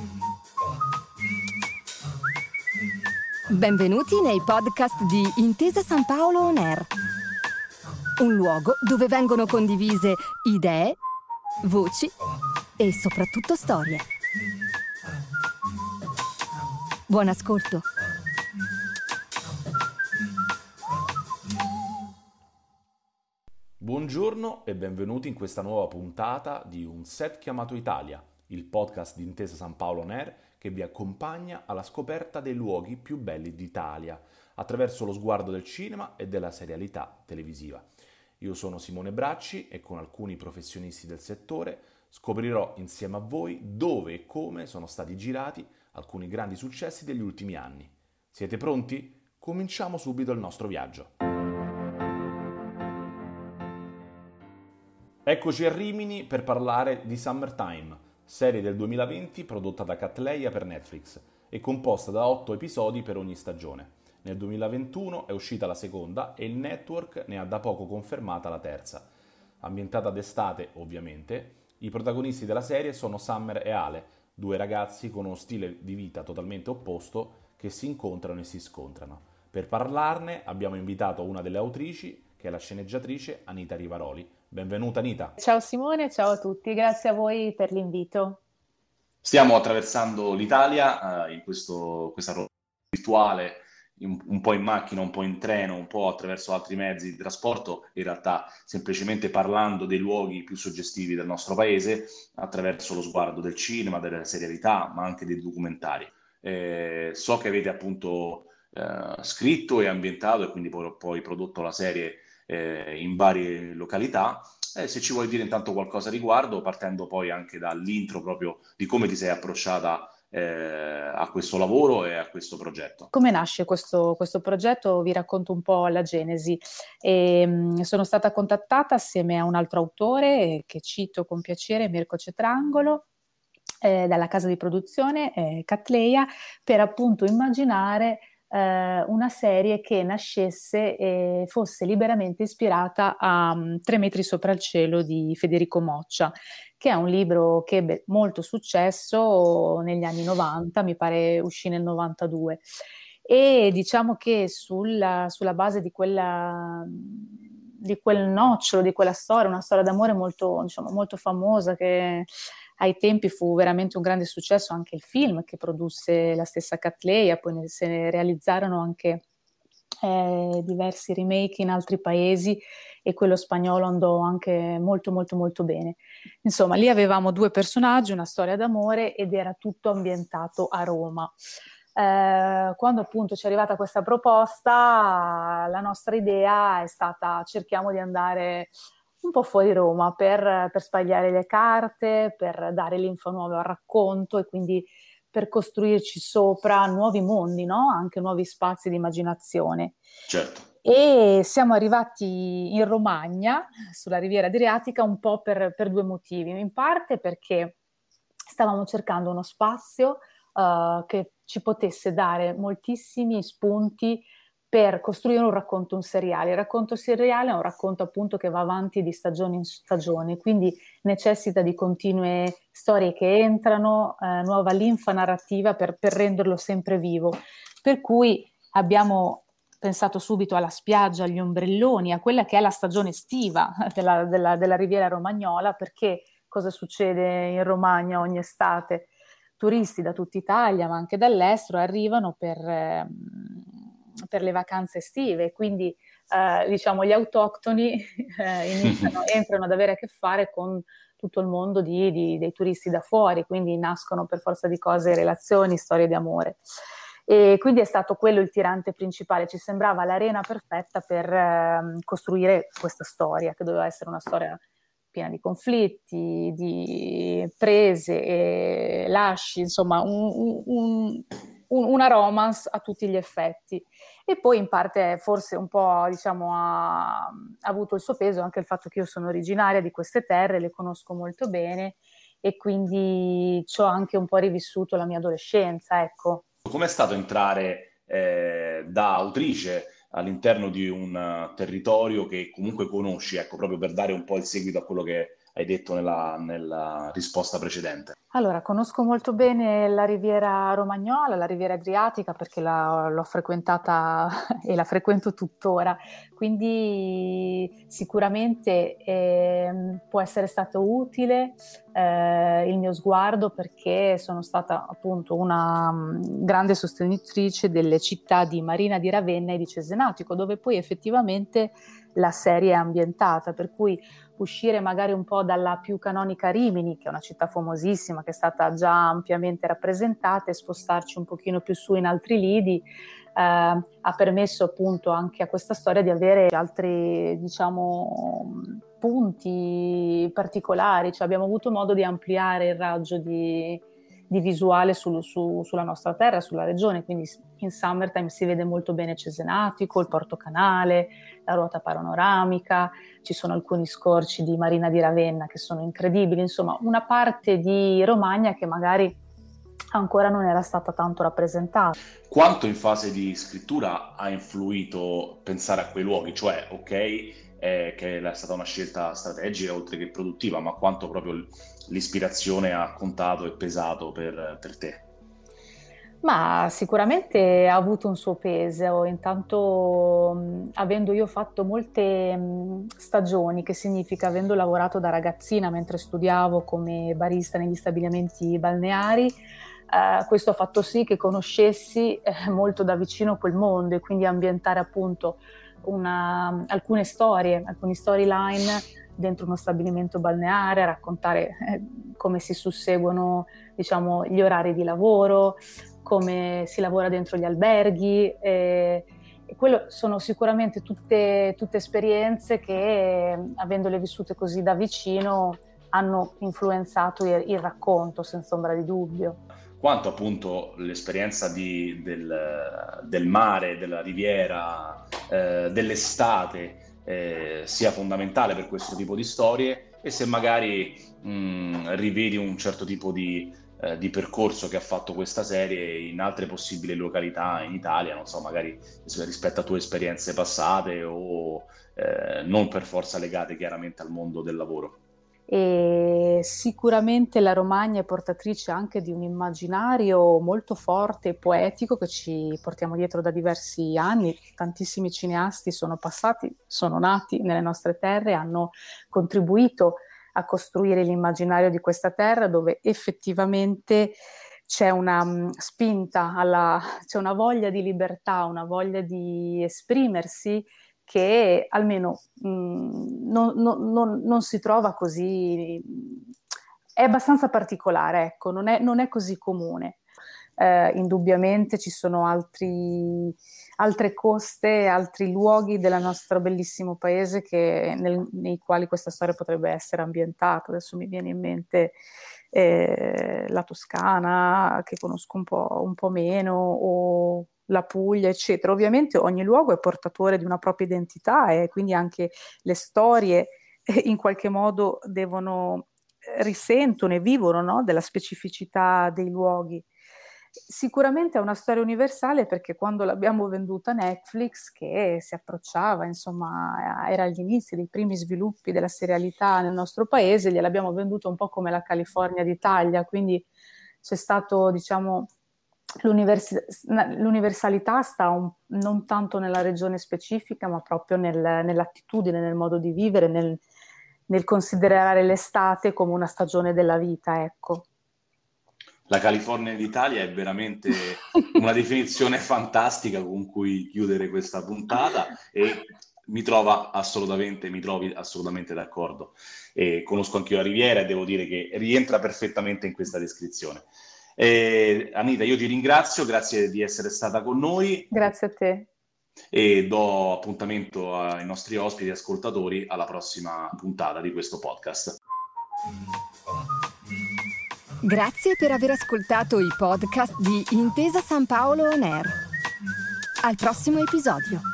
Benvenuti nei podcast di Intesa San Paolo On Air, un luogo dove vengono condivise idee, voci e soprattutto storie. Buon ascolto. Buongiorno e benvenuti in questa nuova puntata di Un Set chiamato Italia, il podcast di Intesa San Paolo On Air che vi accompagna alla scoperta dei luoghi più belli d'Italia, attraverso lo sguardo del cinema e della serialità televisiva. Io sono Simone Bracci e con alcuni professionisti del settore scoprirò insieme a voi dove e come sono stati girati alcuni grandi successi degli ultimi anni. Siete pronti? Cominciamo subito il nostro viaggio. Eccoci a Rimini per parlare di Summertime, serie del 2020 prodotta da Catleya per Netflix e composta da 8 episodi per ogni stagione. Nel 2021 è uscita la seconda e il network ne ha da poco confermata la terza. Ambientata d'estate, ovviamente, i protagonisti della serie sono Summer e Ale, due ragazzi con uno stile di vita totalmente opposto che si incontrano e si scontrano. Per parlarne abbiamo invitato una delle autrici, che è la sceneggiatrice Anita Rivaroli. Benvenuta Anita. Ciao Simone, ciao a tutti, grazie a voi per l'invito. Stiamo attraversando l'Italia in questa rotta virtuale, un po' in macchina, un po' in treno, un po' attraverso altri mezzi di trasporto, in realtà semplicemente parlando dei luoghi più suggestivi del nostro paese, attraverso lo sguardo del cinema, della serialità, ma anche dei documentari. So che avete appunto scritto e ambientato e quindi poi prodotto la serie in varie località. Se ci vuoi dire intanto qualcosa a riguardo, partendo poi anche dall'intro proprio di come ti sei approcciata a questo lavoro e a questo progetto. Come nasce questo progetto? Vi racconto un po' la genesi. Sono stata contattata assieme a un altro autore che cito con piacere, Mirko Cetrangolo, dalla casa di produzione Catleya, per appunto immaginare una serie che nascesse e fosse liberamente ispirata a 3 metri sopra il cielo di Federico Moccia, che è un libro che ebbe molto successo negli anni 90, mi pare uscì nel 92. E diciamo che sulla base di quel nocciolo, di quella storia, una storia d'amore molto, diciamo, molto famosa, che ai tempi fu veramente un grande successo, anche il film che produsse la stessa Catleya, poi se ne realizzarono anche diversi remake in altri paesi e quello spagnolo andò anche molto molto molto bene. Insomma, lì avevamo 2 personaggi, una storia d'amore ed era tutto ambientato a Roma. Quando appunto ci è arrivata questa proposta, la nostra idea è stata: cerchiamo di andare un po' fuori Roma per spagliare le carte, per dare linfa nuova al racconto e quindi per costruirci sopra nuovi mondi, no? Anche nuovi spazi di immaginazione. Certo. E siamo arrivati in Romagna, sulla Riviera Adriatica, un po' per 2 motivi. In parte perché stavamo cercando uno spazio che ci potesse dare moltissimi spunti per costruire un racconto seriale. Il racconto seriale è un racconto appunto che va avanti di stagione in stagione, quindi necessita di continue storie che entrano, nuova linfa narrativa per renderlo sempre vivo. Per cui abbiamo pensato subito alla spiaggia, agli ombrelloni, a quella che è la stagione estiva della Riviera Romagnola, perché cosa succede in Romagna ogni estate? Turisti da tutta Italia, ma anche dall'estero, arrivano per le vacanze estive, quindi diciamo gli autoctoni entrano ad avere a che fare con tutto il mondo dei turisti da fuori, quindi nascono per forza di cose relazioni, storie di amore. E quindi è stato quello il tirante principale, ci sembrava l'arena perfetta per costruire questa storia, che doveva essere una storia piena di conflitti, di prese e lasci, insomma una romance a tutti gli effetti. E poi in parte forse un po', diciamo, ha avuto il suo peso anche il fatto che io sono originaria di queste terre, le conosco molto bene e quindi ci ho anche un po' rivissuto la mia adolescenza, ecco. Com'è stato entrare da autrice all'interno di un territorio che comunque conosci, ecco, proprio per dare un po' il seguito a quello che hai detto nella risposta precedente. Allora, conosco molto bene la Riviera Romagnola, la Riviera Adriatica, perché l'ho frequentata e la frequento tuttora, quindi sicuramente può essere stato utile il mio sguardo, perché sono stata appunto una grande sostenitrice delle città di Marina di Ravenna e di Cesenatico, dove poi effettivamente la serie è ambientata, per cui uscire magari un po' dalla più canonica Rimini, che è una città famosissima, che è stata già ampiamente rappresentata, e spostarci un pochino più su in altri lidi, ha permesso appunto anche a questa storia di avere altri, diciamo, punti particolari, cioè abbiamo avuto modo di ampliare il raggio di visuale sulla nostra terra, sulla regione, quindi in Summertime si vede molto bene Cesenatico, il Porto Canale, la ruota panoramica, ci sono alcuni scorci di Marina di Ravenna che sono incredibili, insomma una parte di Romagna che magari ancora non era stata tanto rappresentata. Quanto in fase di scrittura ha influito pensare a quei luoghi? Cioè, ok, che è stata una scelta strategica oltre che produttiva, ma quanto proprio l'ispirazione ha contato e pesato per te? Ma sicuramente ha avuto un suo peso, intanto avendo io fatto molte stagioni, che significa avendo lavorato da ragazzina mentre studiavo come barista negli stabilimenti balneari, questo ha fatto sì che conoscessi molto da vicino quel mondo, e quindi ambientare appunto alcune storyline dentro uno stabilimento balneare, raccontare come si susseguono, diciamo, gli orari di lavoro, come si lavora dentro gli alberghi, e quello sono sicuramente tutte esperienze che, avendole vissute così da vicino, hanno influenzato il racconto, senza ombra di dubbio. Quanto appunto l'esperienza del mare, della riviera, dell'estate sia fondamentale per questo tipo di storie, e se magari rivedi un certo tipo di percorso che ha fatto questa serie in altre possibili località in Italia, non so, magari rispetto a tue esperienze passate o non per forza legate chiaramente al mondo del lavoro. E sicuramente la Romagna è portatrice anche di un immaginario molto forte e poetico che ci portiamo dietro da diversi anni. Tantissimi cineasti sono passati, sono nati nelle nostre terre, hanno contribuito a costruire l'immaginario di questa terra, dove effettivamente c'è una spinta c'è una voglia di libertà, una voglia di esprimersi, che almeno non si trova così, è abbastanza particolare, ecco, non è così comune. Indubbiamente ci sono altre coste, altri luoghi del nostro bellissimo paese nei quali questa storia potrebbe essere ambientata. Adesso mi viene in mente la Toscana, che conosco un po' meno, o la Puglia, eccetera. Ovviamente ogni luogo è portatore di una propria identità, e quindi anche le storie in qualche modo risentono e vivono, no, della specificità dei luoghi. Sicuramente è una storia universale, perché quando l'abbiamo venduta a Netflix, che si approcciava, insomma, era agli inizi dei primi sviluppi della serialità nel nostro paese, gliel'abbiamo venduta un po' come la California d'Italia, quindi c'è stato, diciamo, l'universalità sta non tanto nella regione specifica, ma proprio nell'attitudine, nel modo di vivere, nel considerare l'estate come una stagione della vita, ecco. La California d'Italia è veramente una definizione fantastica con cui chiudere questa puntata, e mi trovi assolutamente d'accordo. Conosco anche io la Riviera e devo dire che rientra perfettamente in questa descrizione. Anita, io ti ringrazio, grazie di essere stata con noi. Grazie a te. E do appuntamento ai nostri ospiti e ascoltatori alla prossima puntata di questo podcast. Grazie per aver ascoltato i podcast di Intesa San Paolo On Air. Al prossimo episodio.